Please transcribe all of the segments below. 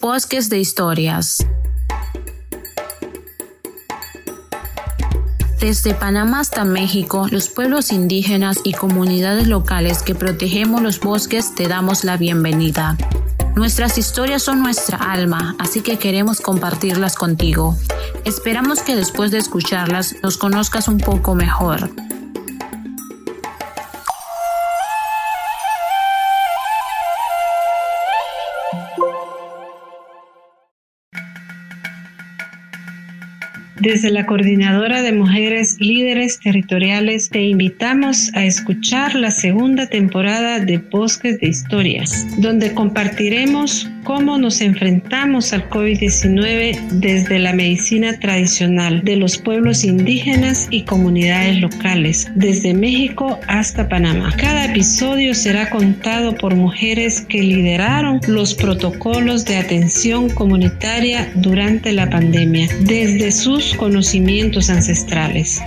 Bosques de historias. Desde Panamá hasta México, los pueblos indígenas y comunidades locales que protegemos los bosques te damos la bienvenida. Nuestras historias son nuestra alma, así que queremos compartirlas contigo. Esperamos que después de escucharlas nos conozcas un poco mejor. Desde la Coordinadora de Mujeres Líderes Territoriales te invitamos a escuchar la segunda temporada de Bosques de Historias, donde compartiremos cómo nos enfrentamos al COVID-19 desde la medicina tradicional de los pueblos indígenas y comunidades locales, desde México hasta Panamá. Cada episodio será contado por mujeres que lideraron los protocolos de atención comunitaria durante la pandemia, desde sus conocimientos ancestrales.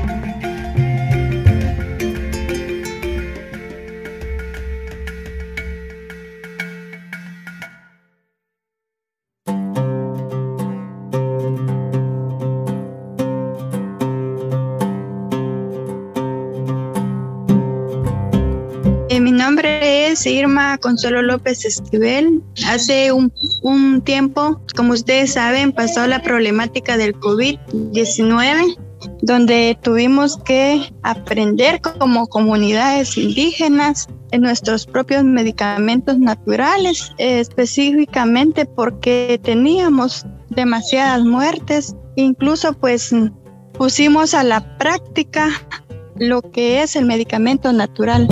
Mi nombre es Irma Consuelo López Esquivel. Hace un tiempo, como ustedes saben, pasó la problemática del COVID-19, donde tuvimos que aprender como comunidades indígenas en nuestros propios medicamentos naturales, específicamente porque teníamos demasiadas muertes. Incluso pues pusimos a la práctica lo que es el medicamento natural.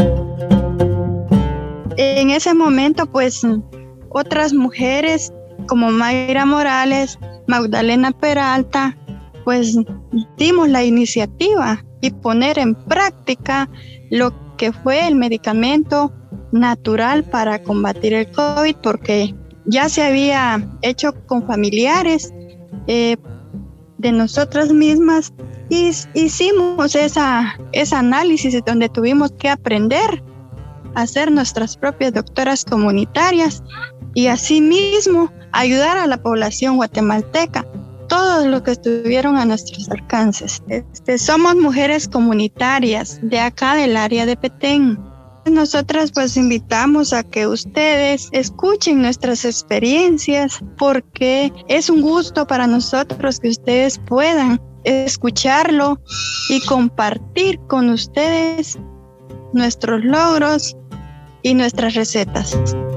En ese momento, pues, otras mujeres como Mayra Morales, Magdalena Peralta, pues, dimos la iniciativa y poner en práctica lo que fue el medicamento natural para combatir el COVID, porque ya se había hecho con familiares de nosotras mismas y hicimos ese análisis donde tuvimos que aprender a ser nuestras propias doctoras comunitarias y asimismo ayudar a la población guatemalteca, todos los que estuvieron a nuestros alcances. Somos mujeres comunitarias de acá del área de Petén. Nosotras pues invitamos a que ustedes escuchen nuestras experiencias porque es un gusto para nosotros que ustedes puedan escucharlo y compartir con ustedes nuestros logros y nuestras recetas.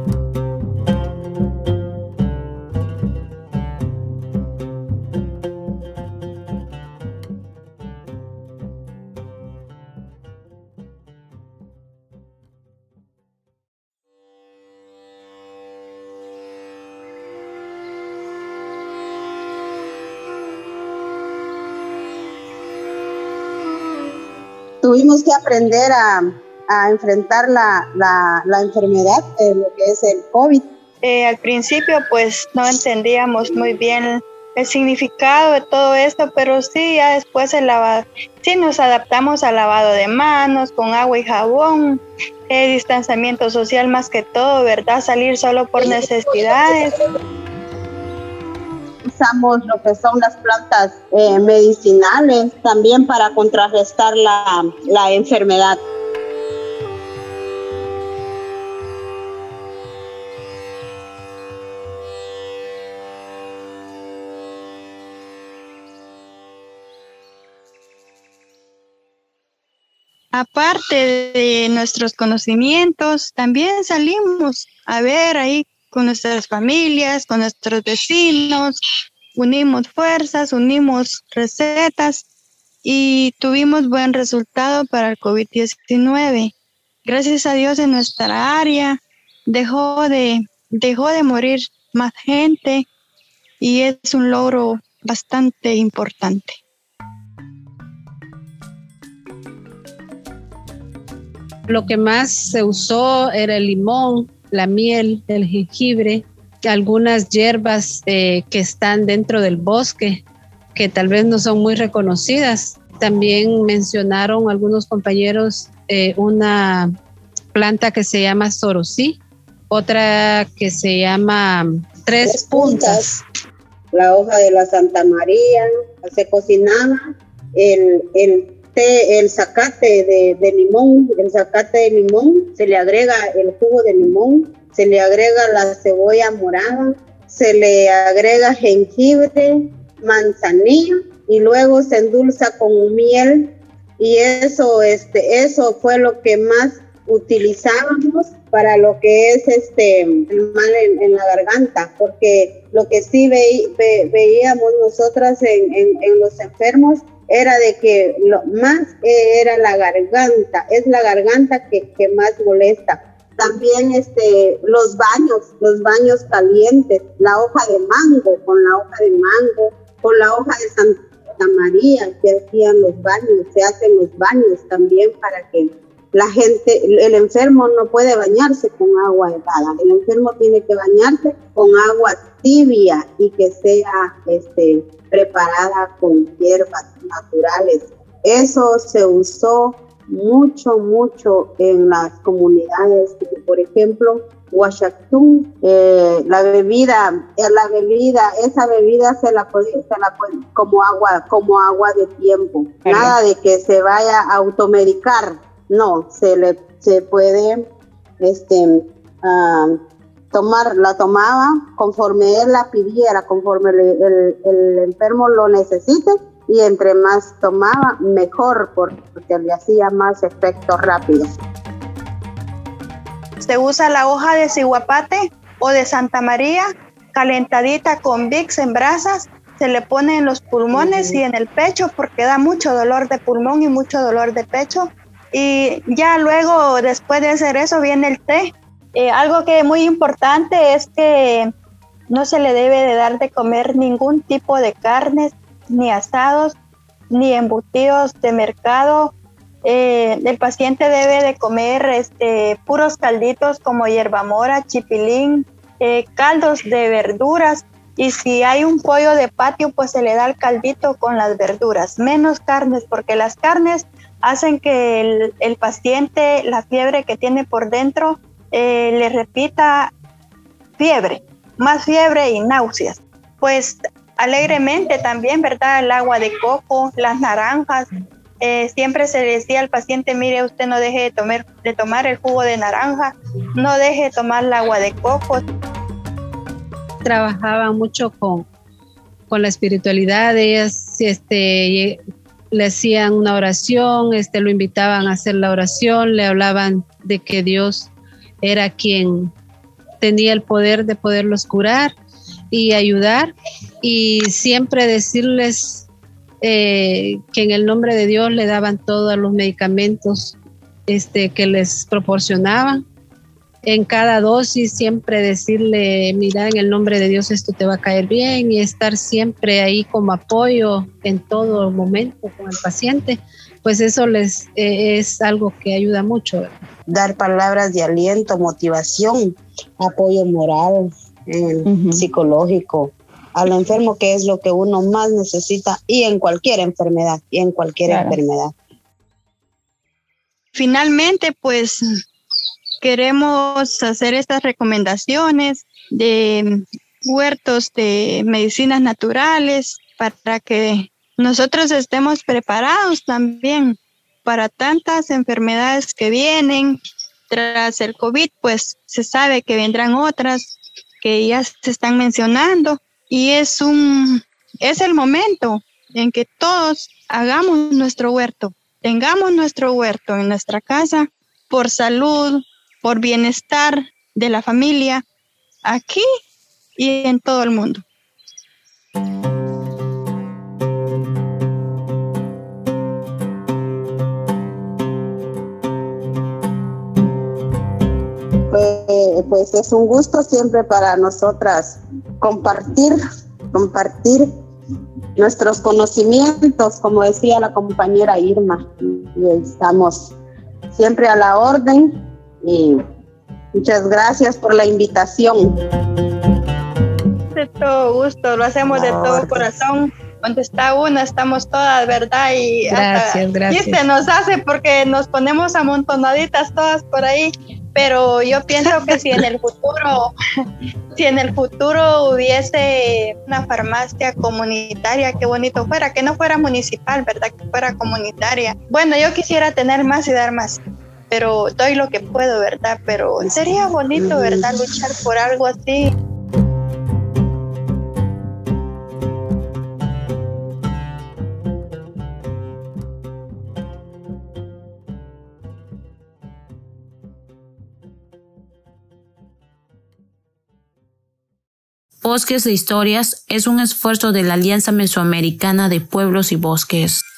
Tuvimos que aprender a enfrentar la enfermedad, lo que es el COVID. Al principio pues no entendíamos muy bien el significado de todo esto, pero sí, ya después sí nos adaptamos al lavado de manos con agua y jabón, distanciamiento social más que todo, ¿verdad? Salir solo por necesidades. Usamos lo que son las plantas medicinales también para contrarrestar la enfermedad. Aparte de nuestros conocimientos, también salimos a ver ahí con nuestras familias, con nuestros vecinos, unimos fuerzas, unimos recetas y tuvimos buen resultado para el COVID-19. Gracias a Dios en nuestra área dejó de morir más gente y es un logro bastante importante. Lo que más se usó era el limón, la miel, el jengibre, algunas hierbas que están dentro del bosque, que tal vez no son muy reconocidas. También mencionaron algunos compañeros una planta que se llama sorosí, otra que se llama tres puntas. La hoja de la Santa María, se cocinaba el té, el zacate de limón, se le agrega el jugo de limón, se le agrega la cebolla morada, se le agrega jengibre, manzanilla y luego se endulza con miel, y eso fue lo que más utilizábamos para lo que es el mal en la garganta, porque lo que sí veíamos nosotras en los enfermos era de que lo más era la garganta, es la garganta que más molesta. También los baños calientes, la hoja de mango, con la hoja de Santa María que hacían los baños, se hacen los baños también para que la gente, el enfermo no puede bañarse con agua helada, el enfermo tiene que bañarse con agua tibia y que sea preparada con hierbas naturales. Eso se usó mucho en las comunidades, por ejemplo, Huachactún, esa bebida se la puede como agua de tiempo. Nada de que se vaya a automedicar, no, se puede la tomaba conforme él la pidiera, conforme el enfermo lo necesite, y entre más tomaba, mejor, porque le hacía más efecto rápido. Se usa la hoja de ciguapate o de Santa María, calentadita con Vicks en brasas, se le pone en los pulmones y en el pecho porque da mucho dolor de pulmón y mucho dolor de pecho. Y ya luego, después de hacer eso, viene el té. Algo que es muy importante es que no se le debe de dar de comer ningún tipo de carnes, ni asados, ni embutidos de mercado. El paciente debe de comer puros calditos como hierbamora, chipilín, caldos de verduras, y si hay un pollo de patio, pues se le da el caldito con las verduras, menos carnes, porque las carnes hacen que el paciente, la fiebre que tiene por dentro, le repita más fiebre y náuseas. Pues alegremente también, ¿verdad? El agua de coco, las naranjas. Siempre se le decía al paciente, mire, usted no deje de tomar el jugo de naranja, no deje de tomar el agua de coco. Trabajaba mucho con la espiritualidad. Ellas le hacían una oración, lo invitaban a hacer la oración, le hablaban de que Dios era quien tenía el poder de poderlos curar y ayudar, y siempre decirles que en el nombre de Dios le daban todos los medicamentos que les proporcionaban. En cada dosis siempre decirle, mira, en el nombre de Dios esto te va a caer bien, y estar siempre ahí como apoyo en todo momento con el paciente, pues eso es algo que ayuda mucho. Dar palabras de aliento, motivación, apoyo moral, psicológico al enfermo, que es lo que uno más necesita, y en cualquier enfermedad, enfermedad. Finalmente, pues queremos hacer estas recomendaciones de huertos de medicinas naturales para que nosotros estemos preparados también para tantas enfermedades que vienen. Tras el COVID, pues se sabe que vendrán otras que ya se están mencionando, y es el momento en que todos hagamos nuestro huerto, tengamos nuestro huerto en nuestra casa, por salud, por bienestar de la familia, aquí y en todo el mundo. Pues es un gusto siempre para nosotras compartir nuestros conocimientos, como decía la compañera Irma, y estamos siempre a la orden, y muchas gracias por la invitación. De todo gusto, lo hacemos de todo corazón. Donde está una, estamos todas, ¿verdad? Y gracias. Y se nos hace porque nos ponemos amontonaditas todas por ahí, Pero yo pienso que si en el futuro hubiese una farmacia comunitaria, qué bonito fuera, que no fuera municipal, ¿verdad? Que fuera comunitaria. Bueno, yo quisiera tener más y dar más, pero doy lo que puedo, ¿verdad? Pero sería bonito, ¿verdad? Luchar por algo así. Bosques de Historias es un esfuerzo de la Alianza Mesoamericana de Pueblos y Bosques.